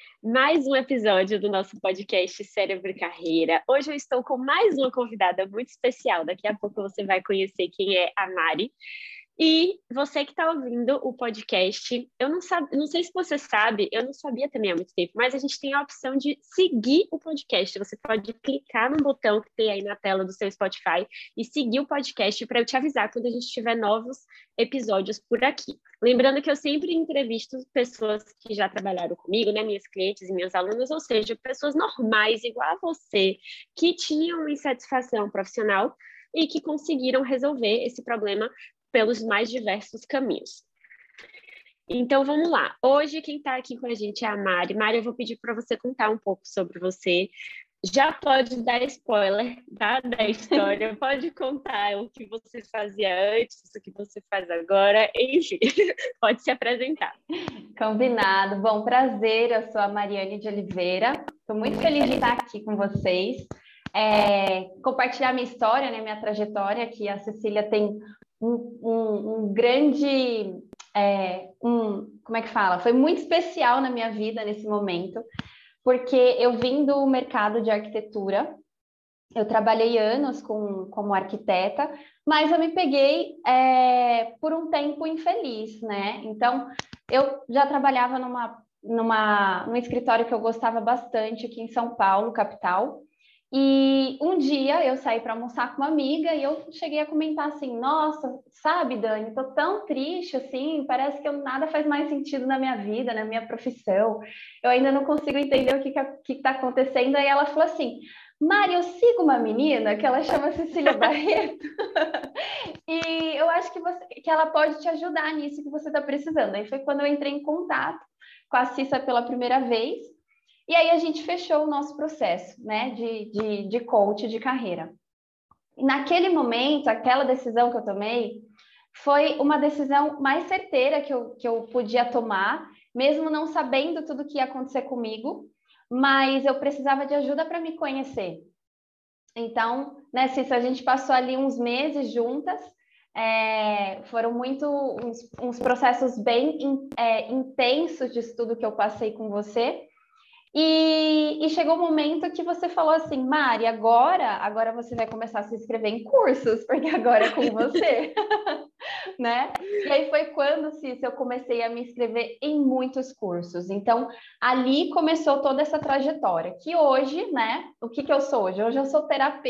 Mais um episódio do nosso podcast Cérebro e Carreira. Hoje eu estou com mais uma convidada muito especial. Daqui a pouco você vai conhecer quem é a Mari. E você que está ouvindo o podcast, eu não sei se você sabe, eu não sabia também há muito tempo, mas a gente tem a opção de seguir o podcast. Você pode clicar no botão que tem aí na tela do seu Spotify e seguir o podcast para eu te avisar quando a gente tiver novos episódios por aqui. Lembrando que eu sempre entrevisto pessoas que já trabalharam comigo, né, minhas clientes e minhas alunas, ou seja, pessoas normais, igual a você, que tinham insatisfação profissional e que conseguiram resolver esse problema pelos mais diversos caminhos. Então, vamos lá. Hoje, quem está aqui com a gente é a Mari. Mari, eu vou pedir para você contar um pouco sobre você. Já pode dar spoiler, tá? Da história. Pode contar o que você fazia antes, o que você faz agora. Enfim, pode se apresentar. Combinado. Bom, prazer. Eu sou a Mariane de Oliveira. Estou muito feliz de estar aqui com vocês. Compartilhar minha história, né? Minha trajetória, que a Cecília tem um grande, como é que fala? Foi muito especial na minha vida nesse momento, porque eu vim do mercado de arquitetura, eu trabalhei anos como arquiteta, mas eu me peguei por um tempo infeliz, né? Então, eu já trabalhava num escritório que eu gostava bastante aqui em São Paulo, capital. E um dia eu saí para almoçar com uma amiga e eu cheguei a comentar assim: nossa, sabe, Dani, tô tão triste assim, parece que nada faz mais sentido na minha vida, na minha profissão, eu ainda não consigo entender o que está acontecendo. Aí ela falou assim: Mari, eu sigo uma menina que ela chama Cecília Barreto e eu acho que ela pode te ajudar nisso que você está precisando. Aí foi quando eu entrei em contato com a Cissa pela primeira vez. E aí a gente fechou o nosso processo, né, de coach de carreira. E naquele momento, aquela decisão que eu tomei foi uma decisão mais certeira que eu podia tomar, mesmo não sabendo tudo o que ia acontecer comigo, mas eu precisava de ajuda para me conhecer. Então, né, Cissa, a gente passou ali uns meses juntas, foram uns processos bem intensos de estudo que eu passei com você. E chegou o um momento que você falou assim: Mari, agora você vai começar a se inscrever em cursos, porque agora é com você, né? E aí foi quando, Cícero, eu comecei a me inscrever em muitos cursos. Então, ali começou toda essa trajetória, que hoje, né? O que eu sou hoje? Hoje eu sou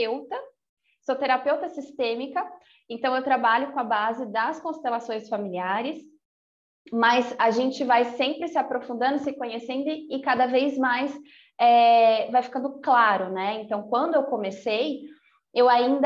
terapeuta sistêmica, então eu trabalho com a base das constelações familiares, mas a gente vai sempre se aprofundando, se conhecendo e cada vez mais vai ficando claro, né? Então, quando eu comecei, eu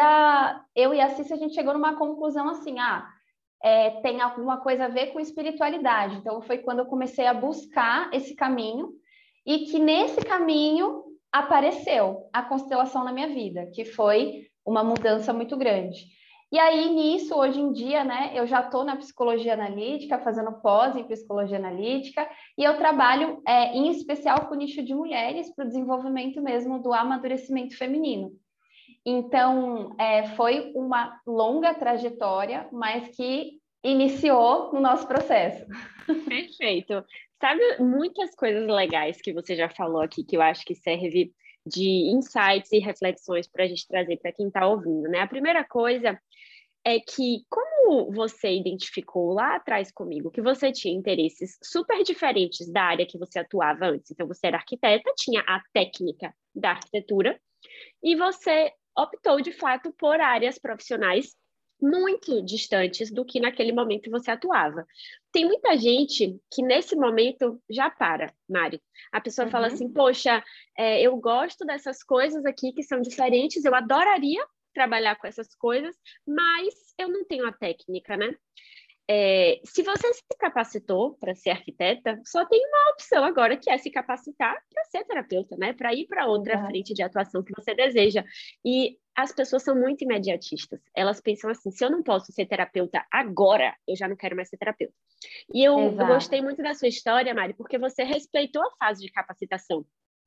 e a Cissa, a gente chegou numa conclusão assim, tem alguma coisa a ver com espiritualidade. Então, foi quando eu comecei a buscar esse caminho e que nesse caminho apareceu a constelação na minha vida, que foi uma mudança muito grande. E aí, nisso, hoje em dia, né, eu já estou na psicologia analítica, fazendo pós em psicologia analítica, e eu trabalho em especial com o nicho de mulheres para o desenvolvimento mesmo do amadurecimento feminino. Então, foi uma longa trajetória, mas que iniciou no nosso processo. Perfeito. Sabe, muitas coisas legais que você já falou aqui, que eu acho que serve de insights e reflexões para a gente trazer para quem está ouvindo, né? A primeira coisa é que, como você identificou lá atrás comigo, que você tinha interesses super diferentes da área que você atuava antes. Então, você era arquiteta, tinha a técnica da arquitetura, e você optou, de fato, por áreas profissionais muito distantes do que naquele momento você atuava. Tem muita gente que nesse momento já para, Mari. A pessoa fala assim, poxa, eu gosto dessas coisas aqui que são diferentes, eu adoraria trabalhar com essas coisas, mas eu não tenho a técnica, né? Se você se capacitou para ser arquiteta, só tem uma opção agora, que é se capacitar para ser terapeuta, né? Para ir para outra frente de atuação que você deseja. E as pessoas são muito imediatistas. Elas pensam assim, se eu não posso ser terapeuta agora, eu já não quero mais ser terapeuta. E eu gostei muito da sua história, Mari, porque você respeitou a fase de capacitação.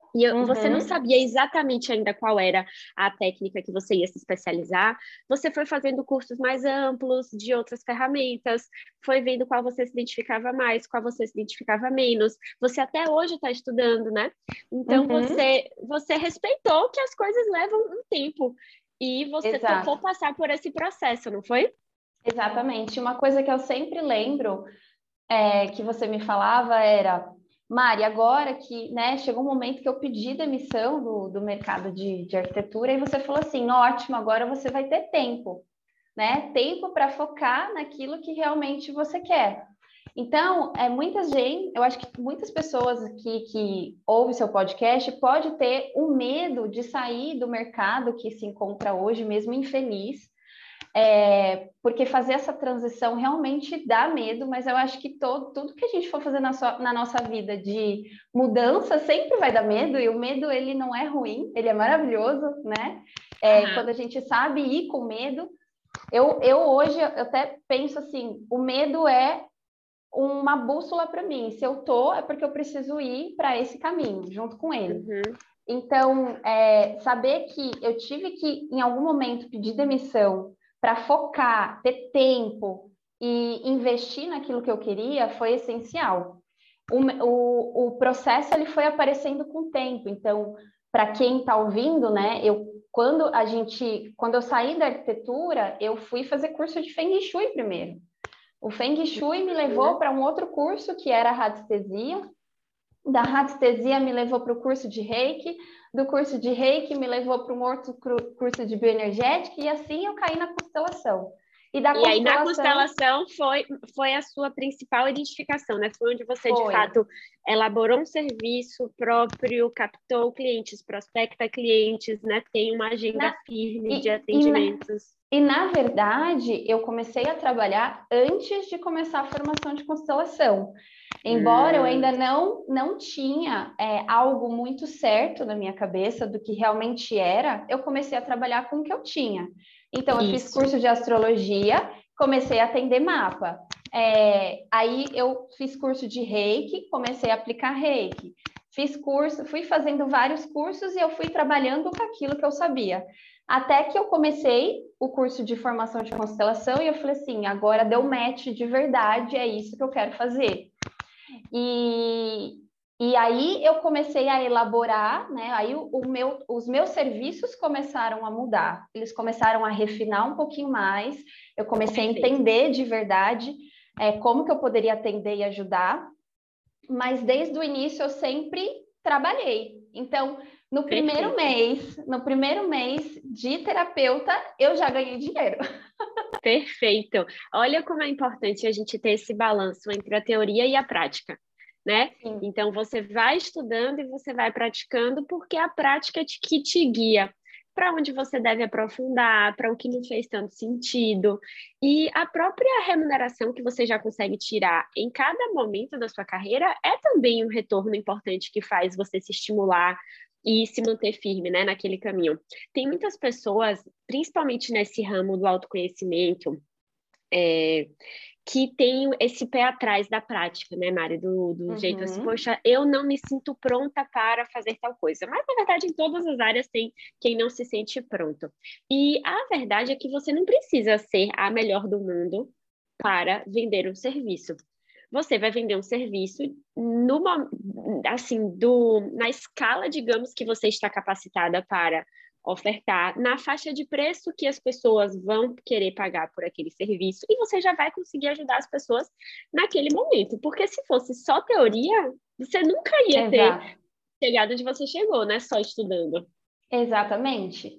e você não sabia exatamente ainda qual era a técnica que você ia se especializar, você foi fazendo cursos mais amplos de outras ferramentas, foi vendo qual você se identificava mais, qual você se identificava menos. Você até hoje está estudando, né? Então, você respeitou que as coisas levam um tempo e você topou passar por esse processo, não foi? Exatamente. Uma coisa que eu sempre lembro que você me falava era: Mari, agora que, né, chegou um momento que eu pedi demissão do mercado de arquitetura, e você falou assim: ótimo, agora você vai ter tempo, né? Tempo para focar naquilo que realmente você quer. Então, eu acho que muitas pessoas que ouvem seu podcast pode ter o medo de sair do mercado que se encontra hoje, mesmo infeliz, porque fazer essa transição realmente dá medo, mas eu acho que tudo que a gente for fazer na nossa vida de mudança sempre vai dar medo, e o medo, ele não é ruim, ele é maravilhoso, né? Quando a gente sabe ir com medo. Eu hoje, eu até penso assim, o medo é uma bússola para mim. Se eu é porque eu preciso ir para esse caminho, junto com ele. Então, saber que eu tive que, em algum momento, pedir demissão para focar, ter tempo e investir naquilo que eu queria foi essencial. O processo, ele foi aparecendo com o tempo. Então, para quem está ouvindo, né, quando eu saí da arquitetura, eu fui fazer curso de Feng Shui primeiro. O Feng Shui me levou para um outro curso, que era a radiestesia. Da radiestesia me levou para o curso de Reiki. Do curso de Reiki me levou para um outro curso de bioenergética, e assim eu caí na constelação. E aí, na constelação, foi a sua principal identificação, né? Foi onde você, de fato, elaborou um serviço próprio, captou clientes, prospecta clientes, né? Tem uma agenda firme de atendimentos. E, na verdade, eu comecei a trabalhar antes de começar a formação de constelação. Embora eu ainda não tinha algo muito certo na minha cabeça do que realmente era, eu comecei a trabalhar com o que eu tinha. Então, eu fiz curso de astrologia, comecei a atender mapa. Aí eu fiz curso de Reiki, comecei a aplicar Reiki. Fui fazendo vários cursos e eu fui trabalhando com aquilo que eu sabia. Até que eu comecei o curso de formação de constelação e eu falei assim, agora deu match de verdade, é isso que eu quero fazer. E aí eu comecei a elaborar, né? Aí os meus serviços começaram a mudar, eles começaram a refinar um pouquinho mais, eu comecei a entender de verdade como que eu poderia atender e ajudar, mas desde o início eu sempre trabalhei. Então, no primeiro mês de terapeuta, eu já ganhei dinheiro. Perfeito. Olha como é importante a gente ter esse balanço entre a teoria e a prática, né? Sim. Então, você vai estudando e você vai praticando, porque a prática que te guia para onde você deve aprofundar, para o que não fez tanto sentido. E a própria remuneração que você já consegue tirar em cada momento da sua carreira é também um retorno importante que faz você se estimular e se manter firme, né, naquele caminho. Tem muitas pessoas, principalmente nesse ramo do autoconhecimento, que tem esse pé atrás da prática, né, Mari? Do jeito assim, poxa, eu não me sinto pronta para fazer tal coisa. Mas, na verdade, em todas as áreas tem quem não se sente pronto. E a verdade é que você não precisa ser a melhor do mundo para vender um serviço. Você vai vender um serviço na escala, digamos, que você está capacitada para ofertar, na faixa de preço que as pessoas vão querer pagar por aquele serviço, e você já vai conseguir ajudar as pessoas naquele momento. Porque se fosse só teoria, você nunca ia ter chegado onde você chegou, né? Só estudando. Exatamente.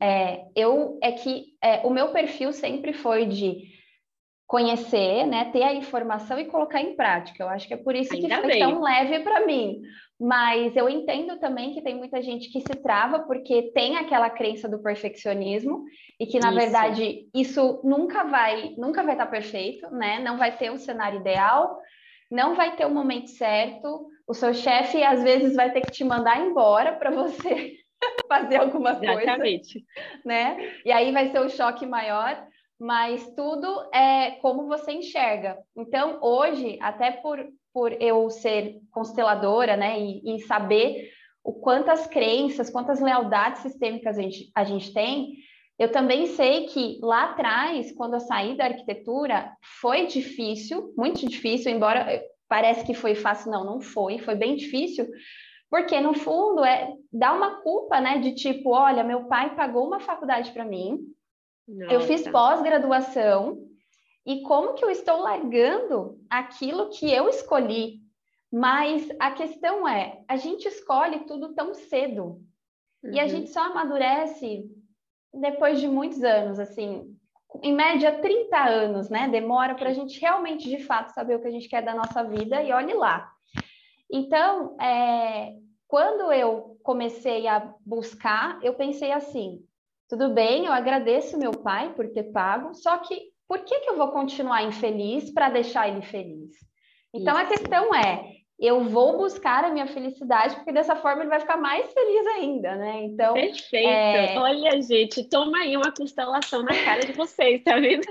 O meu perfil sempre foi de conhecer, né, ter a informação e colocar em prática. Eu acho que é por isso que foi tão leve para mim. Mas eu entendo também que tem muita gente que se trava porque tem aquela crença do perfeccionismo e que, na verdade, isso nunca vai estar perfeito, né? Não vai ter o cenário ideal, não vai ter o momento certo. O seu chefe, às vezes, vai ter que te mandar embora para você fazer alguma coisa, né? E aí vai ser o choque maior. Mas tudo é como você enxerga. Então, hoje, até por eu ser consteladora, né, e saber quantas crenças, quantas lealdades sistêmicas a gente tem, eu também sei que lá atrás, quando eu saí da arquitetura, foi difícil, muito difícil, embora parece que foi fácil, não foi bem difícil, porque no fundo dá uma culpa, né, de tipo, olha, meu pai pagou uma faculdade para mim, eu fiz pós-graduação, e como que eu estou largando aquilo que eu escolhi? Mas a questão é, a gente escolhe tudo tão cedo, e a gente só amadurece depois de muitos anos, assim, em média 30 anos, né? Demora para a gente realmente, de fato, saber o que a gente quer da nossa vida e olhe lá. Então, quando eu comecei a buscar, eu pensei assim, tudo bem, eu agradeço meu pai por ter pago, só que por que eu vou continuar infeliz para deixar ele feliz? Então, a questão é, eu vou buscar a minha felicidade, porque dessa forma ele vai ficar mais feliz ainda, né? Então, perfeito. Olha, gente, toma aí uma constelação na cara de vocês, tá vendo?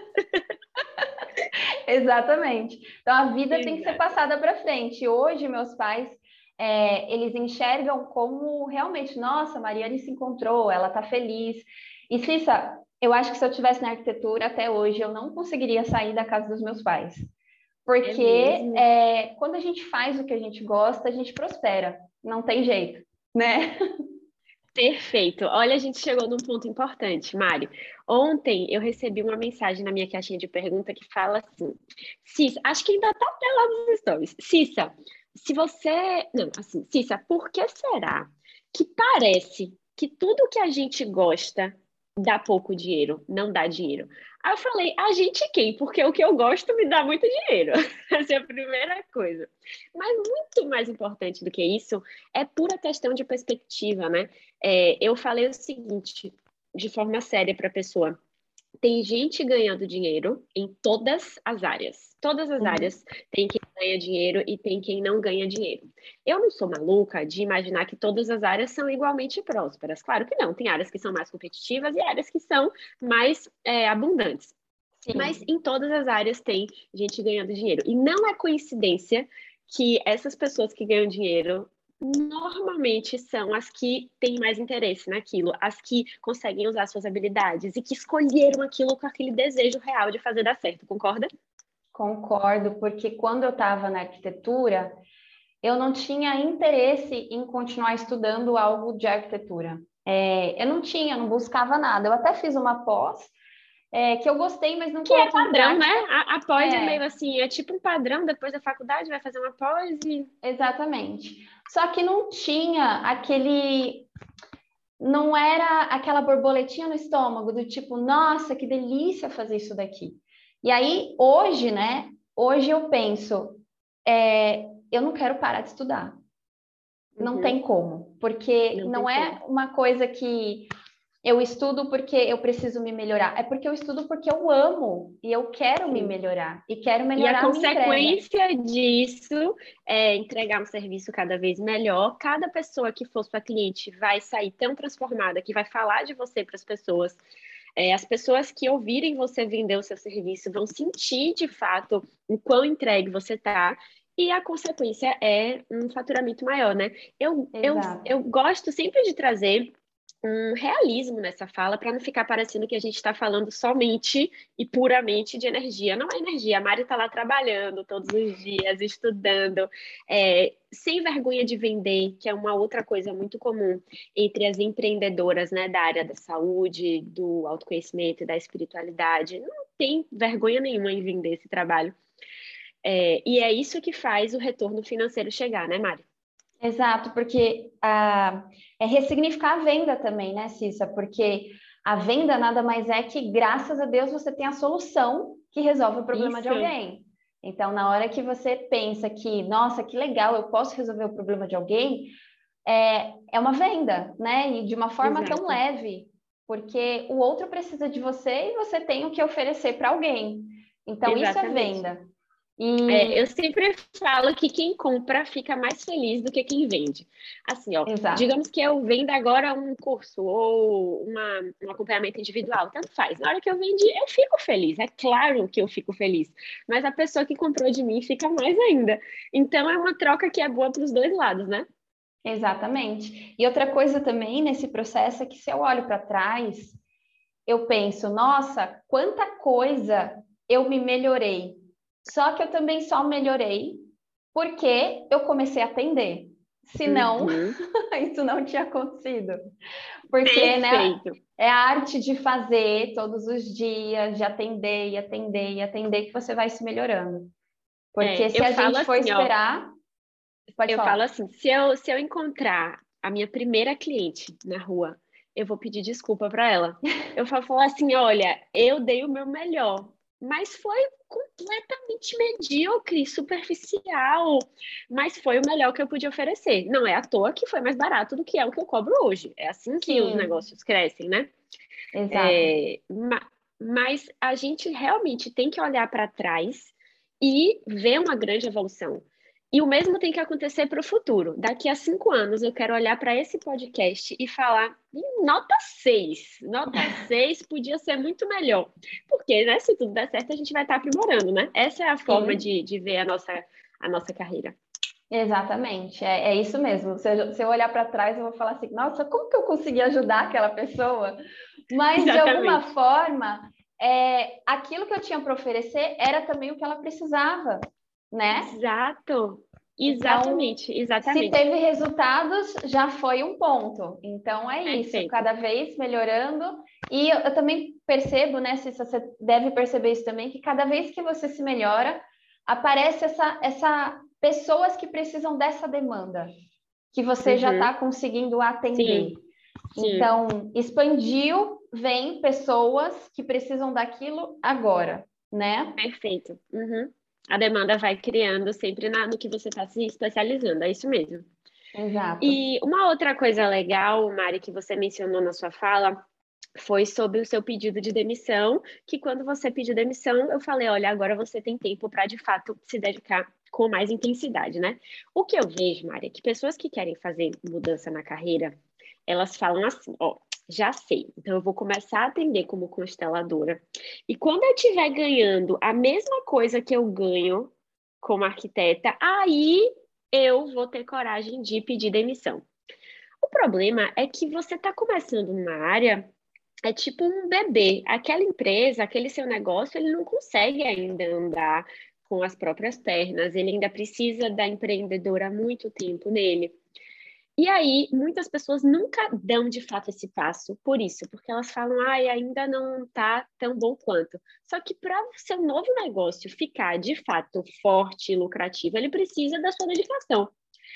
Exatamente. Então, a vida tem que ser passada para frente. Hoje, meus pais, eles enxergam como realmente, nossa, a Mariane se encontrou, ela está feliz. E, Cissa, eu acho que se eu estivesse na arquitetura até hoje, eu não conseguiria sair da casa dos meus pais. Porque quando a gente faz o que a gente gosta, a gente prospera. Não tem jeito, né? Perfeito. Olha, a gente chegou num ponto importante, Mário. Ontem eu recebi uma mensagem na minha caixinha de pergunta que fala assim: Cissa, acho que ainda tá até lá nos stories. Cissa, se você. Não, assim, Cissa, por que será que parece que tudo que a gente gosta dá pouco dinheiro, não dá dinheiro? Aí eu falei, a gente quem? Porque o que eu gosto me dá muito dinheiro. Essa é a primeira coisa. Mas muito mais importante do que isso é pura questão de perspectiva, né? Eu falei o seguinte, de forma séria para a pessoa. Tem gente ganhando dinheiro em todas as áreas. Todas as áreas tem quem ganha dinheiro e tem quem não ganha dinheiro. Eu não sou maluca de imaginar que todas as áreas são igualmente prósperas. Claro que não. Tem áreas que são mais competitivas e áreas que são mais abundantes. Sim. Mas em todas as áreas tem gente ganhando dinheiro. E não é coincidência que essas pessoas que ganham dinheiro normalmente são as que têm mais interesse naquilo, as que conseguem usar suas habilidades e que escolheram aquilo com aquele desejo real de fazer dar certo, concorda? Concordo, porque quando eu estava na arquitetura, eu não tinha interesse em continuar estudando algo de arquitetura. Eu não buscava nada. Eu até fiz uma pós, que eu gostei, mas não que é coloquei em padrão, né? prática. A pós é meio assim, é tipo um padrão, depois da faculdade vai fazer uma pós e... Exatamente. Só que não tinha não era aquela borboletinha no estômago do tipo, nossa, que delícia fazer isso daqui. E aí, hoje, né? Hoje eu penso, eu não quero parar de estudar. Não tem como, porque não é uma coisa que eu estudo porque eu preciso me melhorar, é porque eu estudo porque eu amo e eu quero me melhorar e quero melhorar a minha entrega. E a consequência disso é entregar um serviço cada vez melhor. Cada pessoa que for sua cliente vai sair tão transformada que vai falar de você para as pessoas. As pessoas que ouvirem você vender o seu serviço vão sentir de fato o quão entregue você está. E a consequência é um faturamento maior, né? Eu gosto sempre de trazer um realismo nessa fala para não ficar parecendo que a gente está falando somente e puramente de energia. Não é energia, a Mari está lá trabalhando todos os dias, estudando, sem vergonha de vender, que é uma outra coisa muito comum entre as empreendedoras, né, da área da saúde, do autoconhecimento e da espiritualidade. Não tem vergonha nenhuma em vender esse trabalho. E é isso que faz o retorno financeiro chegar, né, Mari? Exato, porque é ressignificar a venda também, né, Cissa? Porque a venda nada mais é que, graças a Deus, você tem a solução que resolve o problema de alguém. Então, na hora que você pensa que, nossa, que legal, eu posso resolver o problema de alguém, é uma venda, né? E de uma forma tão leve, porque o outro precisa de você e você tem o que oferecer para alguém. Então, isso é venda. Eu sempre falo que quem compra fica mais feliz do que quem vende. Assim, ó, digamos que eu vendo agora um curso ou um acompanhamento individual, tanto faz. Na hora que eu vendi, eu fico feliz. É claro que eu fico feliz. Mas a pessoa que comprou de mim fica mais ainda. Então, é uma troca que é boa para os dois lados, né? Exatamente. E outra coisa também nesse processo é que se eu olho para trás, eu penso, nossa, quanta coisa eu me melhorei. Só que eu também só melhorei porque eu comecei a atender. Senão, Uhum. isso não tinha acontecido. Porque, né, Perfeito. é a arte de fazer todos os dias, de atender e atender e atender, que você vai se melhorando. Porque se Eu a falo gente for assim, ó, esperar, pode eu falo falar. assim, se eu encontrar a minha primeira cliente na rua, eu vou pedir desculpa para ela. Eu vou falar assim, olha, eu dei o meu melhor, mas foi completamente medíocre, superficial, mas foi o melhor que eu pude oferecer. Não é à toa que foi mais barato do que é o que eu cobro hoje. É assim que os Sim, negócios crescem, né? exato. É, mas a gente realmente tem que olhar para trás e ver uma grande evolução. E o mesmo tem que acontecer para o futuro. Daqui a 5 anos, eu quero olhar para esse podcast e falar: nota 6. Nota 6 podia ser muito melhor. Porque, né, se tudo der certo, a gente vai estar aprimorando, né? Essa é a forma Sim, de ver a nossa carreira. exatamente. É isso mesmo. Se eu olhar para trás, eu vou falar assim, nossa, como que eu consegui ajudar aquela pessoa? Mas, de alguma Exatamente. forma, aquilo que eu tinha para oferecer era também o que ela precisava, né? Exato. Então, Exatamente. se Exatamente. teve resultados, já foi um ponto. Então, é isso, Perfeito. cada vez melhorando. E eu também percebo, né, se você deve perceber isso também, que cada vez que você se melhora, aparece essa pessoas que precisam dessa demanda, que você já está Uhum. conseguindo atender. Sim, sim. Então, expandiu, vem pessoas que precisam daquilo agora, né? Perfeito. Uhum. A demanda vai criando sempre no que você está se especializando, é isso mesmo. Exato. E uma outra coisa legal, Mari, que você mencionou na sua fala, foi sobre o seu pedido de demissão, que quando você pediu demissão, eu falei, olha, agora você tem tempo para de fato se dedicar com mais intensidade, né? O que eu vejo, Mari, é que pessoas que querem fazer mudança na carreira, elas falam assim, ó, já sei, então eu vou começar a atender como consteladora. E quando eu estiver ganhando a mesma coisa que eu ganho como arquiteta, aí eu vou ter coragem de pedir demissão. O problema é que você está começando numa área, é tipo um bebê. Aquela empresa, aquele seu negócio, ele não consegue ainda andar com as próprias pernas, ele ainda precisa da empreendedora há muito tempo nele. E aí, muitas pessoas nunca dão de fato esse passo por isso, porque elas falam, ai, ainda não está tão bom quanto. Só que para o seu novo negócio ficar de fato forte e lucrativo, ele precisa da sua dedicação.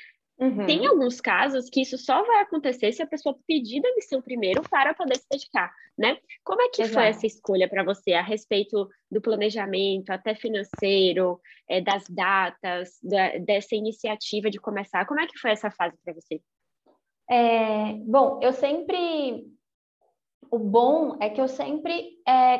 Tem Uhum, alguns casos que isso só vai acontecer se a pessoa pedir demissão primeiro para poder se dedicar, né? Como é que foi essa exato. escolha para você a respeito do planejamento, até financeiro, das datas, dessa iniciativa de começar? Como é que foi essa fase para você? Bom, eu sempre. O bom é que eu sempre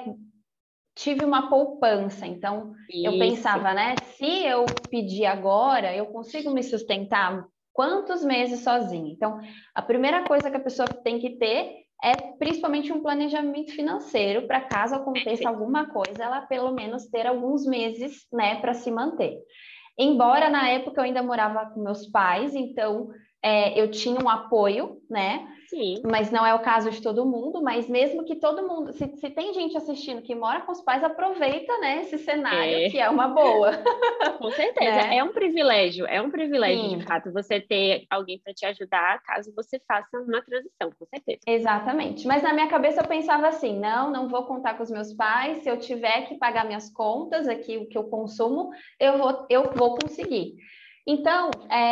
tive uma poupança. Então, eu Isso, pensava, né? Se eu pedir agora, eu consigo me sustentar quantos meses sozinha? Então, a primeira coisa que a pessoa tem que ter é principalmente um planejamento financeiro para caso aconteça perfeito. alguma coisa, ela pelo menos ter alguns meses, né, para se manter. Embora na época eu ainda morava com meus pais, então eu tinha um apoio, né? Sim, Mas não é o caso de todo mundo, mas mesmo que todo mundo, se tem gente assistindo que mora com os pais, aproveita, né, esse cenário que é. é uma boa, Com certeza, né? é um privilégio de Sim, fato você ter alguém para te ajudar caso você faça uma transição, com certeza. exatamente. Mas na minha cabeça eu pensava assim, não vou contar com os meus pais, se eu tiver que pagar minhas contas aqui, o que eu consumo, eu vou conseguir. Então,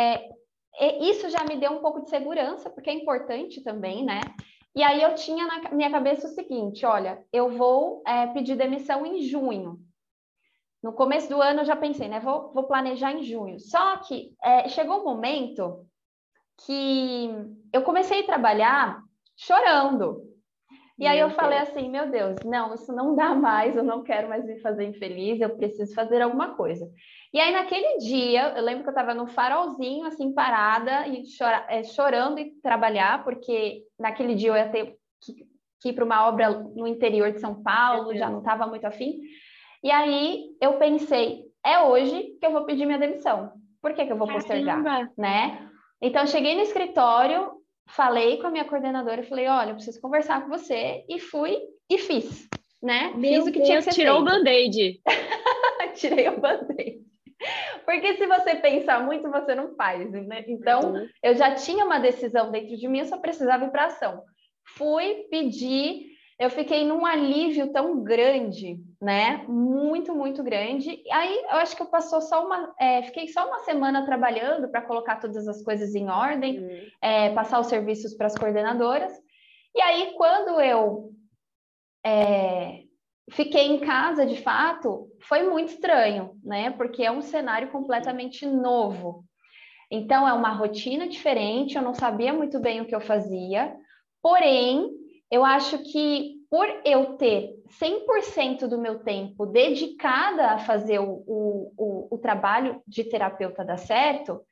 isso já me deu um pouco de segurança, porque é importante também, né? E aí eu tinha na minha cabeça o seguinte, olha, eu vou pedir demissão em junho. No começo do ano eu já pensei, né? Vou planejar em junho. Só que chegou um momento que eu comecei a trabalhar chorando. E aí eu Meu falei Deus. assim, meu Deus, não, isso não dá mais, eu não quero mais me fazer infeliz, eu preciso fazer alguma coisa. E aí naquele dia, eu lembro que eu estava no farolzinho, assim, parada, e chorando e trabalhar, porque naquele dia eu ia ter que ir para uma obra no interior de São Meu Paulo, já Deus. não estava muito afim. E aí eu pensei, é hoje que eu vou pedir minha demissão. Por que que eu vou postergar, Caramba! né? Então, eu cheguei no escritório, falei com a minha coordenadora e falei, olha, eu preciso conversar com você, e fui e fiz, né? Fiz o Meu que tinha que Deus, ser tirou o feito. band-aid. Tirei o band-aid. Porque se você pensar muito, você não faz, né? Então, Uhum. eu já tinha uma decisão dentro de mim, eu só precisava ir para ação. Fui pedir, eu fiquei num alívio tão grande, né? Muito, muito grande. Aí, eu acho que eu passou só fiquei só uma semana trabalhando para colocar todas as coisas em ordem, Uhum. passar os serviços para as coordenadoras. E aí, quando eu fiquei em casa, de fato, foi muito estranho, né? Porque é um cenário completamente novo. Então, é uma rotina diferente, eu não sabia muito bem o que eu fazia, porém, eu acho que por eu ter 100% do meu tempo dedicada a fazer o trabalho de terapeuta dar certo,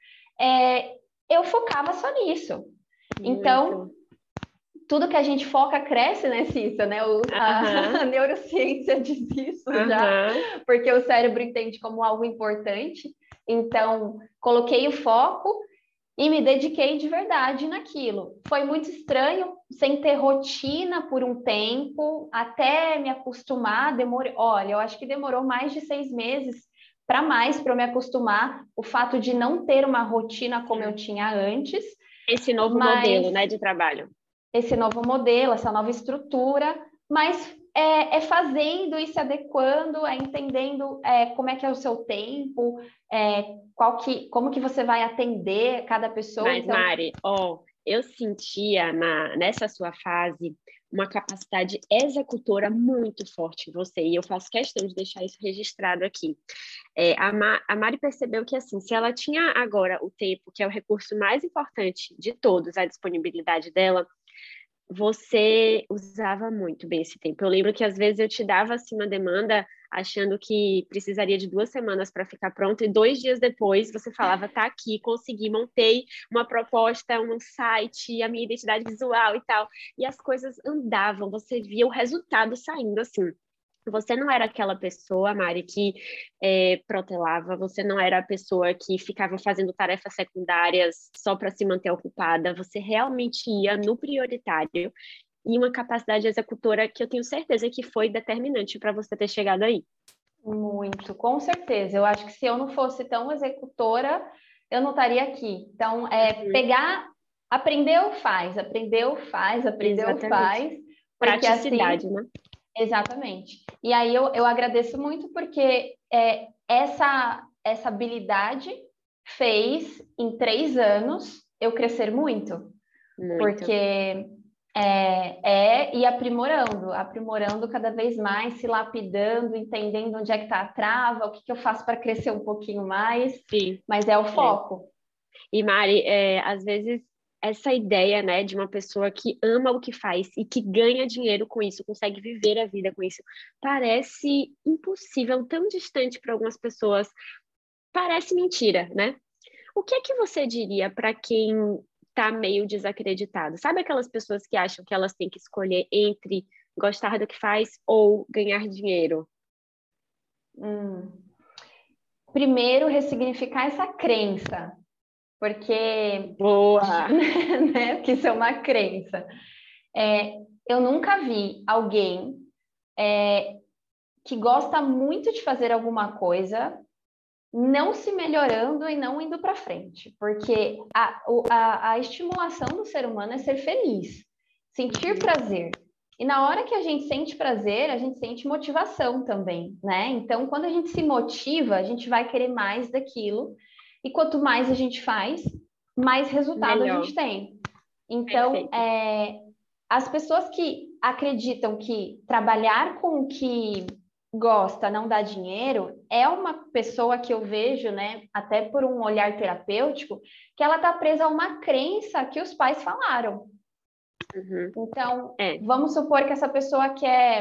eu focava só nisso. Então, Muito. tudo que a gente foca cresce, né, Cissa? Né? Aham, A neurociência diz isso já, aham. porque o cérebro entende como algo importante. Então, coloquei o foco e me dediquei de verdade naquilo. Foi muito estranho, sem ter rotina por um tempo, até me acostumar. Olha, eu acho que demorou mais de 6 meses para mais para eu me acostumar. O fato de não ter uma rotina como eu Sim. tinha antes, Esse novo mas modelo, né, de trabalho. esse novo modelo, essa nova estrutura, mas é fazendo e se adequando, entendendo como é que é o seu tempo, como que você vai atender cada pessoa. Mas, Então, Mari, ó, eu sentia nessa sua fase uma capacidade executora muito forte em você, e eu faço questão de deixar isso registrado aqui. A Mari percebeu que, assim, se ela tinha agora o tempo, que é o recurso mais importante de todos, a disponibilidade dela, você usava muito bem esse tempo. Eu lembro que às vezes eu te dava assim uma demanda achando que precisaria de 2 semanas para ficar pronto, e 2 dias depois você falava, tá aqui, consegui, montei uma proposta, um site, a minha identidade visual e tal, e as coisas andavam, você via o resultado saindo assim. Você não era aquela pessoa, Mari, que protelava, você não era a pessoa que ficava fazendo tarefas secundárias só para se manter ocupada, você realmente ia no prioritário e uma capacidade executora que eu tenho certeza que foi determinante para você ter chegado aí. muito, com certeza. Eu acho que se eu não fosse tão executora, eu não estaria aqui. Então, Uhum. aprendeu, faz, aprendeu, Exatamente. faz, porque assim. Praticidade, né? Exatamente. E aí eu agradeço muito porque essa habilidade fez em 3 anos eu crescer muito, Muito. porque ir aprimorando cada vez mais, se lapidando, entendendo onde é que está a trava, o que que eu faço para crescer um pouquinho mais, Sim. mas é o É. foco. E Mari, às vezes essa ideia, né, de uma pessoa que ama o que faz e que ganha dinheiro com isso, consegue viver a vida com isso, parece impossível, tão distante para algumas pessoas, parece mentira, né? O que é que você diria para quem está meio desacreditado? Sabe aquelas pessoas que acham que elas têm que escolher entre gostar do que faz ou ganhar dinheiro? Hum. Primeiro, ressignificar essa crença, porque Boa! né? Porque isso é uma crença. Eu nunca vi alguém que gosta muito de fazer alguma coisa não se melhorando e não indo para frente, porque a estimulação do ser humano é ser feliz, sentir Uhum. prazer. E na hora que a gente sente prazer, a gente sente motivação também, né? Então, quando a gente se motiva, a gente vai querer mais daquilo, e quanto mais a gente faz, mais resultado a Melhor. gente tem. Então, Perfeito. as pessoas que acreditam que trabalhar com o que gosta não dá dinheiro é uma pessoa que eu vejo, né, até por um olhar terapêutico, que ela está presa a uma crença que os pais falaram. Uhum. Então, É. vamos supor que essa pessoa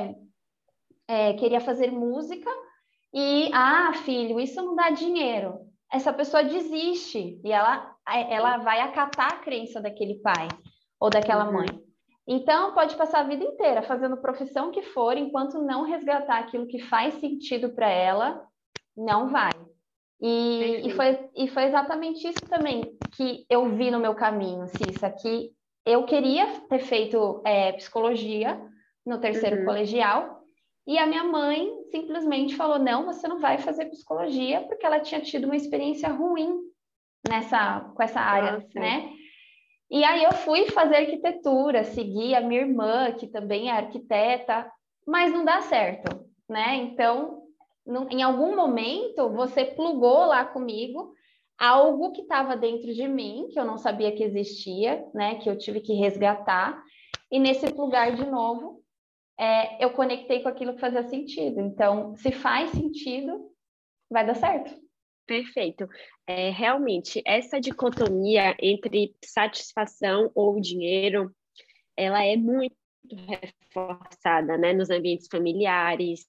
queria fazer música e, filho, isso não dá dinheiro. Essa pessoa desiste e ela vai acatar a crença daquele pai ou daquela mãe. Uhum. Então, pode passar a vida inteira fazendo profissão que for, enquanto não resgatar aquilo que faz sentido para ela, não vai. Perfeito. E foi exatamente isso também que eu vi no meu caminho, Cissa, que eu queria ter feito psicologia no terceiro Uhum. colegial, e a minha mãe simplesmente falou: não, você não vai fazer psicologia, porque ela tinha tido uma experiência ruim com essa área, Nossa, né? E aí eu fui fazer arquitetura, segui a minha irmã, que também é arquiteta, mas não dá certo, né? Então, em algum momento, você plugou lá comigo algo que estava dentro de mim, que eu não sabia que existia, né? Que eu tive que resgatar. E nesse plugar de novo, eu conectei com aquilo que fazia sentido. Então, se faz sentido, vai dar certo. perfeito. Realmente, essa dicotomia entre satisfação ou dinheiro, ela é muito reforçada, né, nos ambientes familiares.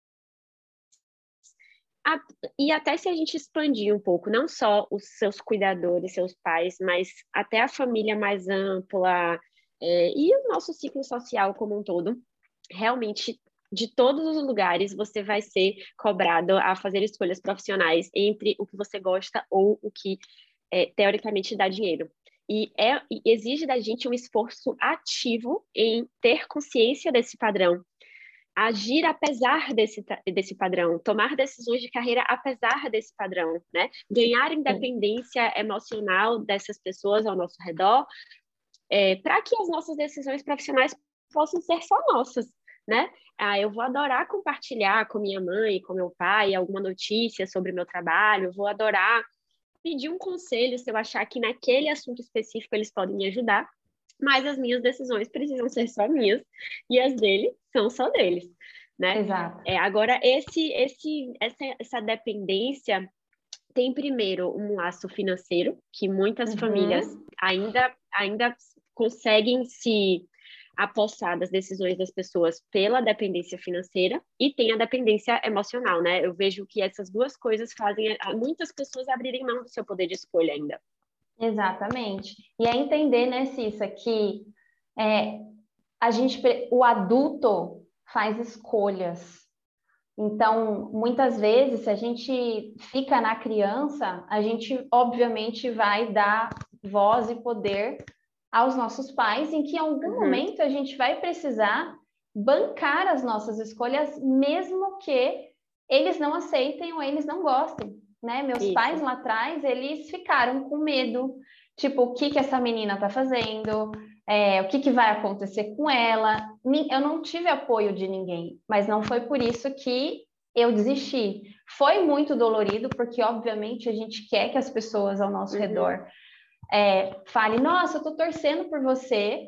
A- E até se a gente expandir um pouco, não só os seus cuidadores, seus pais, mas até a família mais ampla, e o nosso ciclo social como um todo, realmente, de todos os lugares, você vai ser cobrado a fazer escolhas profissionais entre o que você gosta ou o que teoricamente dá dinheiro. E exige da gente um esforço ativo em ter consciência desse padrão, agir apesar desse padrão, tomar decisões de carreira apesar desse padrão, né? Ganhar Sim, independência emocional dessas pessoas ao nosso redor, para que as nossas decisões profissionais possam ser só nossas, né? Eu vou adorar compartilhar com minha mãe, com meu pai, alguma notícia sobre o meu trabalho, vou adorar pedir um conselho se eu achar que naquele assunto específico eles podem me ajudar, mas as minhas decisões precisam ser só minhas e as dele são só deles, né? exato. Agora, essa dependência tem primeiro um laço financeiro, que muitas famílias Uhum. ainda conseguem se apossar das decisões das pessoas pela dependência financeira e tem a dependência emocional, né? Eu vejo que essas duas coisas fazem muitas pessoas abrirem mão do seu poder de escolha ainda. Exatamente. E é entender, né, Cissa, que é, o adulto faz escolhas. Então, muitas vezes, se a gente fica na criança, a gente obviamente vai dar voz e poder aos nossos pais, em que em algum Uhum, momento a gente vai precisar bancar as nossas escolhas, mesmo que eles não aceitem ou eles não gostem, né? Meus pais isso. lá atrás, eles ficaram com medo, tipo, o que que essa menina tá fazendo? O que que vai acontecer com ela? Eu não tive apoio de ninguém, mas não foi por isso que eu desisti. Foi muito dolorido, porque obviamente a gente quer que as pessoas ao nosso Uhum, redor fale, nossa, eu tô torcendo por você,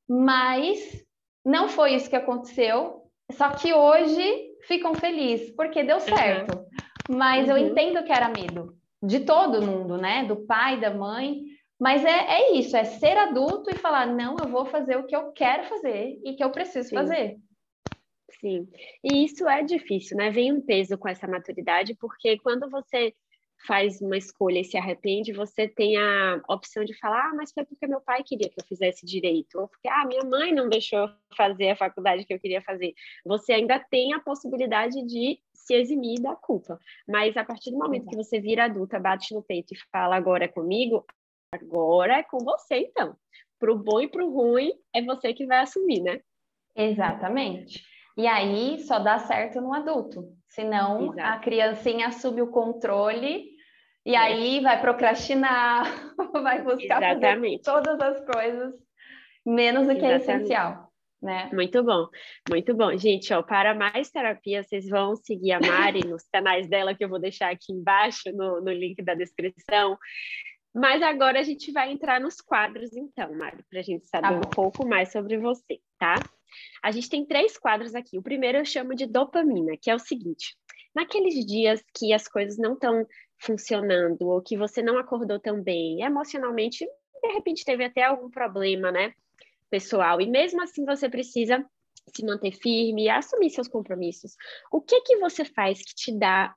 mas não foi isso que aconteceu. Só que hoje ficam felizes, porque deu uhum, certo. Mas eu uhum. entendo que era medo de todo mundo, né? Do pai, da mãe. Mas é isso, é ser adulto e falar, não, eu vou fazer o que eu quero fazer e que eu preciso Sim. fazer. Sim, e isso é difícil, né? Vem um peso com essa maturidade, porque quando você faz uma escolha e se arrepende, você tem a opção de falar, mas foi porque meu pai queria que eu fizesse direito, ou porque minha mãe não deixou eu fazer a faculdade que eu queria fazer. Você ainda tem a possibilidade de se eximir da culpa, mas a partir do momento que você vira adulta, bate no peito e fala, agora é comigo, agora é com você, então. Pro bom e pro ruim, é você que vai assumir, né? Exatamente. E aí só dá certo no adulto. Senão a Exato. criancinha assume o controle e É. aí vai procrastinar, vai buscar fazer Exatamente, todas as coisas, menos o que é exatamente. essencial, né? Muito bom, muito bom. Gente, ó, para mais terapia, vocês vão seguir a Mari nos canais dela, que eu vou deixar aqui embaixo no link da descrição. Mas agora a gente vai entrar nos quadros, então, Mari, para a gente Tá saber um bom. pouco mais sobre você, tá? A gente tem três quadros aqui. O primeiro eu chamo de dopamina, que é o seguinte: naqueles dias que as coisas não estão funcionando, ou que você não acordou tão bem, emocionalmente, de repente teve até algum problema, né? Pessoal, e mesmo assim você precisa se manter firme e assumir seus compromissos. O que que você faz que te dá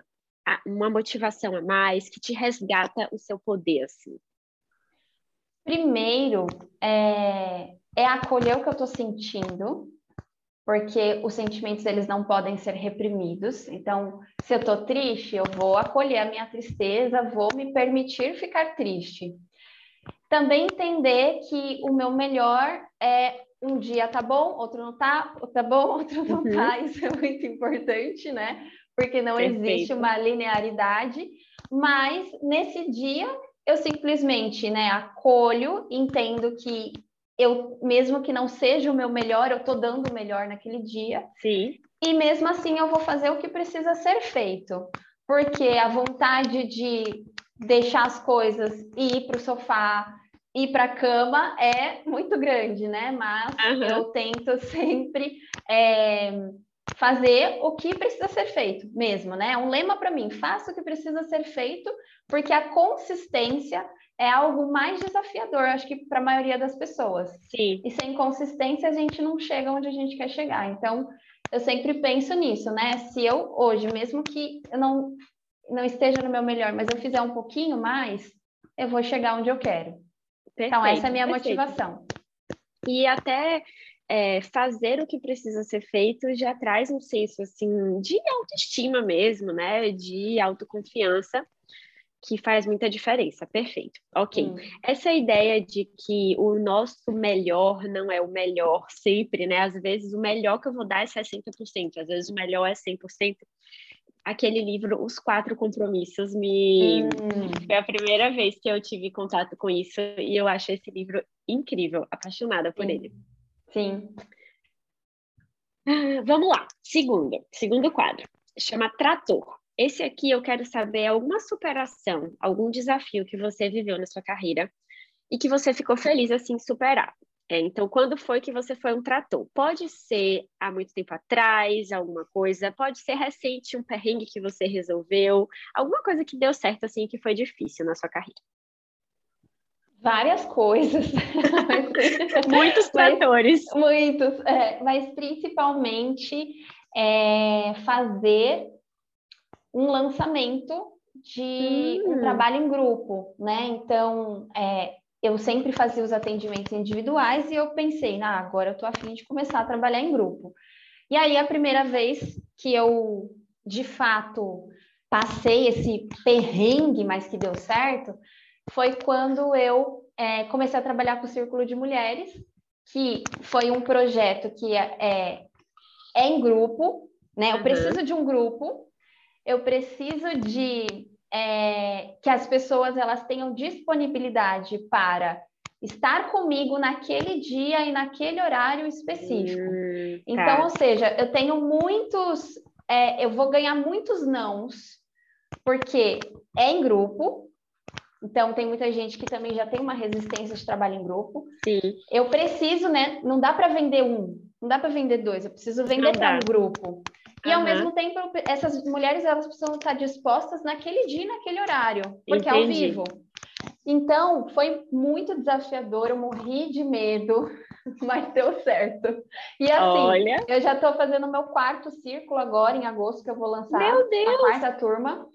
uma motivação a mais, que te resgata o seu poder, assim? Primeiro é acolher o que eu estou sentindo porque os sentimentos eles não podem ser reprimidos. Então, se eu estou triste, eu vou acolher a minha tristeza, vou me permitir ficar triste. Também entender que o meu melhor é um dia tá bom, outro não tá, outro tá bom, outro não tá. Isso é muito importante, né? Porque não existe uma linearidade, mas nesse dia eu simplesmente, né, acolho, entendo que eu, mesmo que não seja o meu melhor, eu tô dando o melhor naquele dia. Sim. E mesmo assim eu vou fazer o que precisa ser feito. Porque a vontade de deixar as coisas e ir para o sofá, ir para a cama é muito grande, né? Mas eu tento sempre fazer o que precisa ser feito mesmo, né? Um lema para mim, faça o que precisa ser feito, porque a consistência é algo mais desafiador, acho que para a maioria das pessoas. Sim. E sem consistência a gente não chega onde a gente quer chegar. Então, eu sempre penso nisso, né? Se eu hoje, mesmo que eu não esteja no meu melhor, mas eu fizer um pouquinho mais, eu vou chegar onde eu quero. Perfeito, então, essa é a minha motivação. E até fazer o que precisa ser feito já traz um senso, assim, de autoestima mesmo, né? De autoconfiança, que faz muita diferença. Perfeito. Ok. Essa ideia de que o nosso melhor não é o melhor sempre, né? Às vezes o melhor que eu vou dar é 60%, às vezes o melhor é 100%. Aquele livro, Os Quatro Compromissos, foi a primeira vez que eu tive contato com isso e eu acho esse livro incrível, apaixonada por ele. Sim. Vamos lá, segundo quadro, chama Trator. Esse aqui eu quero saber alguma superação, algum desafio que você viveu na sua carreira e que você ficou feliz assim em superar. Então, quando foi que você foi um trator? Pode ser há muito tempo atrás, alguma coisa, pode ser recente, um perrengue que você resolveu, alguma coisa que deu certo, assim, que foi difícil na sua carreira. Várias coisas. Muitos tratores. Muitos, mas principalmente fazer um lançamento de um trabalho em grupo, né? Então, eu sempre fazia os atendimentos individuais e eu pensei, agora eu tô a fim de começar a trabalhar em grupo. E aí, a primeira vez que eu, de fato, passei esse perrengue, mas que deu certo, foi quando eu comecei a trabalhar com o Círculo de Mulheres, que foi um projeto que é em grupo, né? Eu preciso de um grupo, eu preciso de que as pessoas elas tenham disponibilidade para estar comigo naquele dia e naquele horário específico. Então, ou seja, eu tenho muitos, eu vou ganhar muitos nãos, porque é em grupo. Então, tem muita gente que também já tem uma resistência de trabalho em grupo. Sim. Eu preciso, né? Não dá para vender um, não dá para vender dois, eu preciso vender para um grupo. E, ao mesmo tempo, essas mulheres elas precisam estar dispostas naquele dia e naquele horário, porque é ao vivo. Então, foi muito desafiador, eu morri de medo, mas deu certo. E assim, eu já estou fazendo o meu 4º círculo agora, em agosto, que eu vou lançar a 4ª turma.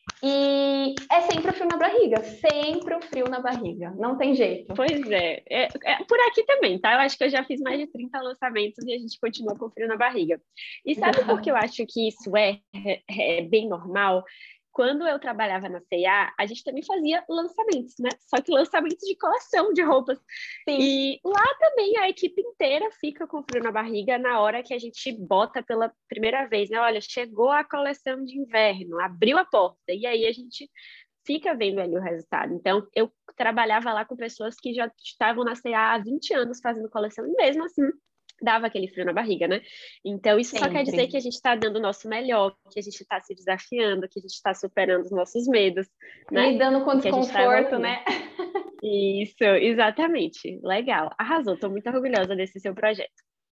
E é sempre o frio na barriga, sempre o frio na barriga, não tem jeito. Pois é por aqui também, tá? Eu acho que eu já fiz mais de 30 lançamentos e a gente continua com frio na barriga. E sabe por que eu acho que isso é bem normal? Quando eu trabalhava na C&A, a gente também fazia lançamentos, né? Só que lançamentos de coleção de roupas. Sim. E lá também a equipe inteira fica com frio na barriga na hora que a gente bota pela primeira vez, né? Olha, chegou a coleção de inverno, abriu a porta, e aí a gente fica vendo ali o resultado. Então, eu trabalhava lá com pessoas que já estavam na C&A há 20 anos fazendo coleção, e mesmo assim dava aquele frio na barriga, né? Então, isso só quer dizer que a gente está dando o nosso melhor, que a gente está se desafiando, que a gente está superando os nossos medos, né? Lidando com desconforto, né? Isso, exatamente. Legal. Arrasou, estou muito orgulhosa desse seu projeto.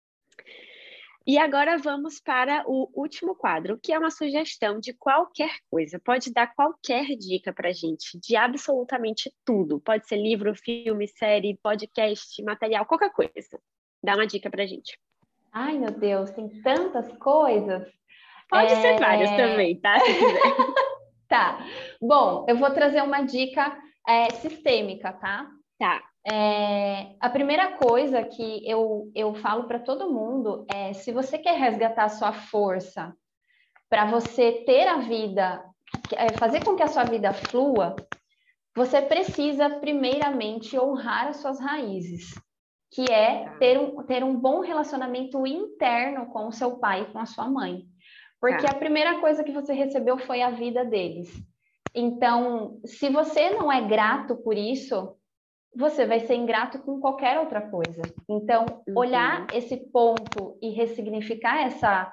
E agora vamos para o último quadro, que é uma sugestão de qualquer coisa. Pode dar qualquer dica para a gente, de absolutamente tudo. Pode ser livro, filme, série, podcast, material, qualquer coisa. Dá uma dica pra gente. Ai, meu Deus, tem tantas coisas. Pode ser várias também, tá? Se quiser. Tá. Bom, eu vou trazer uma dica sistêmica, tá? Tá. A primeira coisa que eu falo para todo mundo é: se você quer resgatar a sua força para você ter a vida, fazer com que a sua vida flua, você precisa primeiramente honrar as suas raízes, que é ter um bom relacionamento interno com o seu pai e com a sua mãe. Porque a primeira coisa que você recebeu foi a vida deles. Então, se você não é grato por isso, você vai ser ingrato com qualquer outra coisa. Então, olhar esse ponto e ressignificar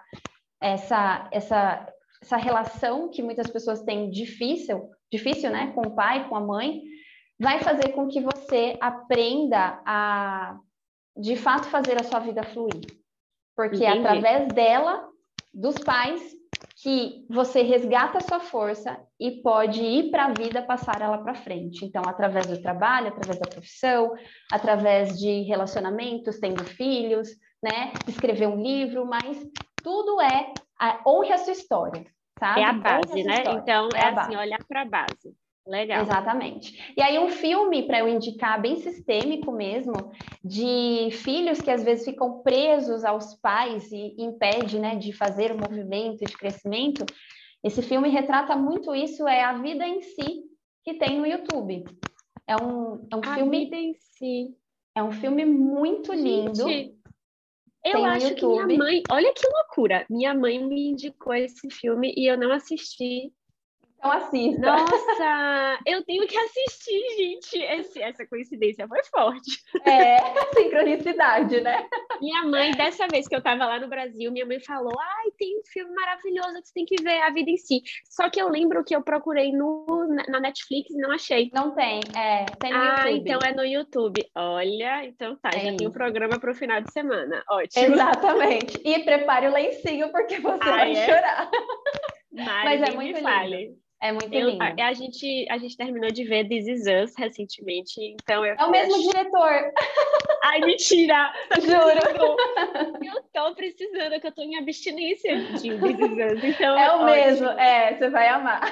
essa relação que muitas pessoas têm difícil, né, com o pai, com a mãe, vai fazer com que você aprenda a, de fato, fazer a sua vida fluir. Porque é através dela, dos pais, que você resgata a sua força e pode ir para a vida, passar ela para frente. Então, através do trabalho, através da profissão, através de relacionamentos, tendo filhos, né, escrever um livro, mas tudo honre a sua história, sabe? É a base, né? Então, é assim, olhar para a base. Legal. Exatamente. E aí um filme para eu indicar bem sistêmico mesmo, de filhos que às vezes ficam presos aos pais e impede, né, de fazer o movimento de crescimento. Esse filme retrata muito isso, é A Vida em Si, que tem no YouTube. É um filme... A Vida em Si. É um filme muito lindo. Gente, eu acho que minha mãe... Olha que loucura! Minha mãe me indicou esse filme e eu não assisti. Então assista. Nossa, eu tenho que assistir, gente. Essa coincidência foi forte. Sincronicidade, né? Minha mãe, dessa vez que eu tava lá no Brasil, minha mãe falou: ai, tem um filme maravilhoso que você tem que ver, A Vida em Si. Só que eu lembro que eu procurei na Netflix e não achei. Não tem, tem no YouTube. Então é no YouTube. Olha, então tá, já tem um programa pro final de semana. Ótimo. Exatamente. E prepare o lencinho, porque você vai chorar. Mas é muito lindo. É muito lindo. A gente terminou de ver This Is Us recentemente, então é o mesmo diretor. Ai, mentira! Juro! Eu tô precisando, que eu tô em abstinência de This Is Us, então... É o mesmo, você vai amar.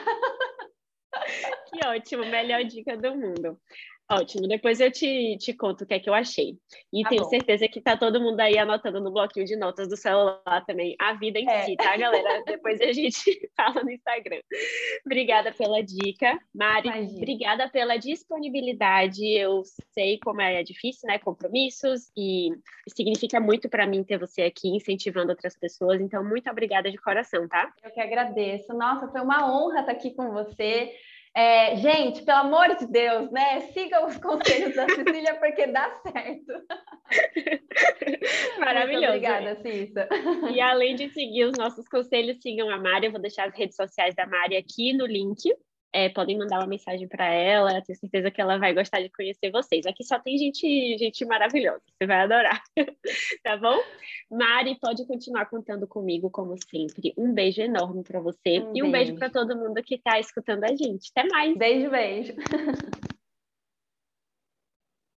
Que ótimo, melhor dica do mundo. Ótimo, depois eu te conto o que é que eu achei. E tenho certeza que tá todo mundo aí anotando no bloquinho de notas do celular também. A Vida em Si, tá, galera? Depois a gente fala no Instagram. Obrigada pela dica. Mari, obrigada pela disponibilidade. Eu sei como é difícil, né? Compromissos, e significa muito para mim ter você aqui incentivando outras pessoas. Então, muito obrigada de coração, tá? Eu que agradeço. Nossa, foi uma honra estar aqui com você. Gente, pelo amor de Deus, né? Sigam os conselhos da Cecília, porque dá certo. Maravilhoso. Muito obrigada, Cissa. E além de seguir os nossos conselhos, sigam a Mari. Eu vou deixar as redes sociais da Mari aqui no link. Podem mandar uma mensagem para ela. Tenho certeza que ela vai gostar de conhecer vocês. Aqui só tem gente maravilhosa. Você vai adorar. Tá bom? Mari, pode continuar contando comigo, como sempre. Um beijo enorme para você. Um beijo para todo mundo que está escutando a gente. Até mais. Beijo.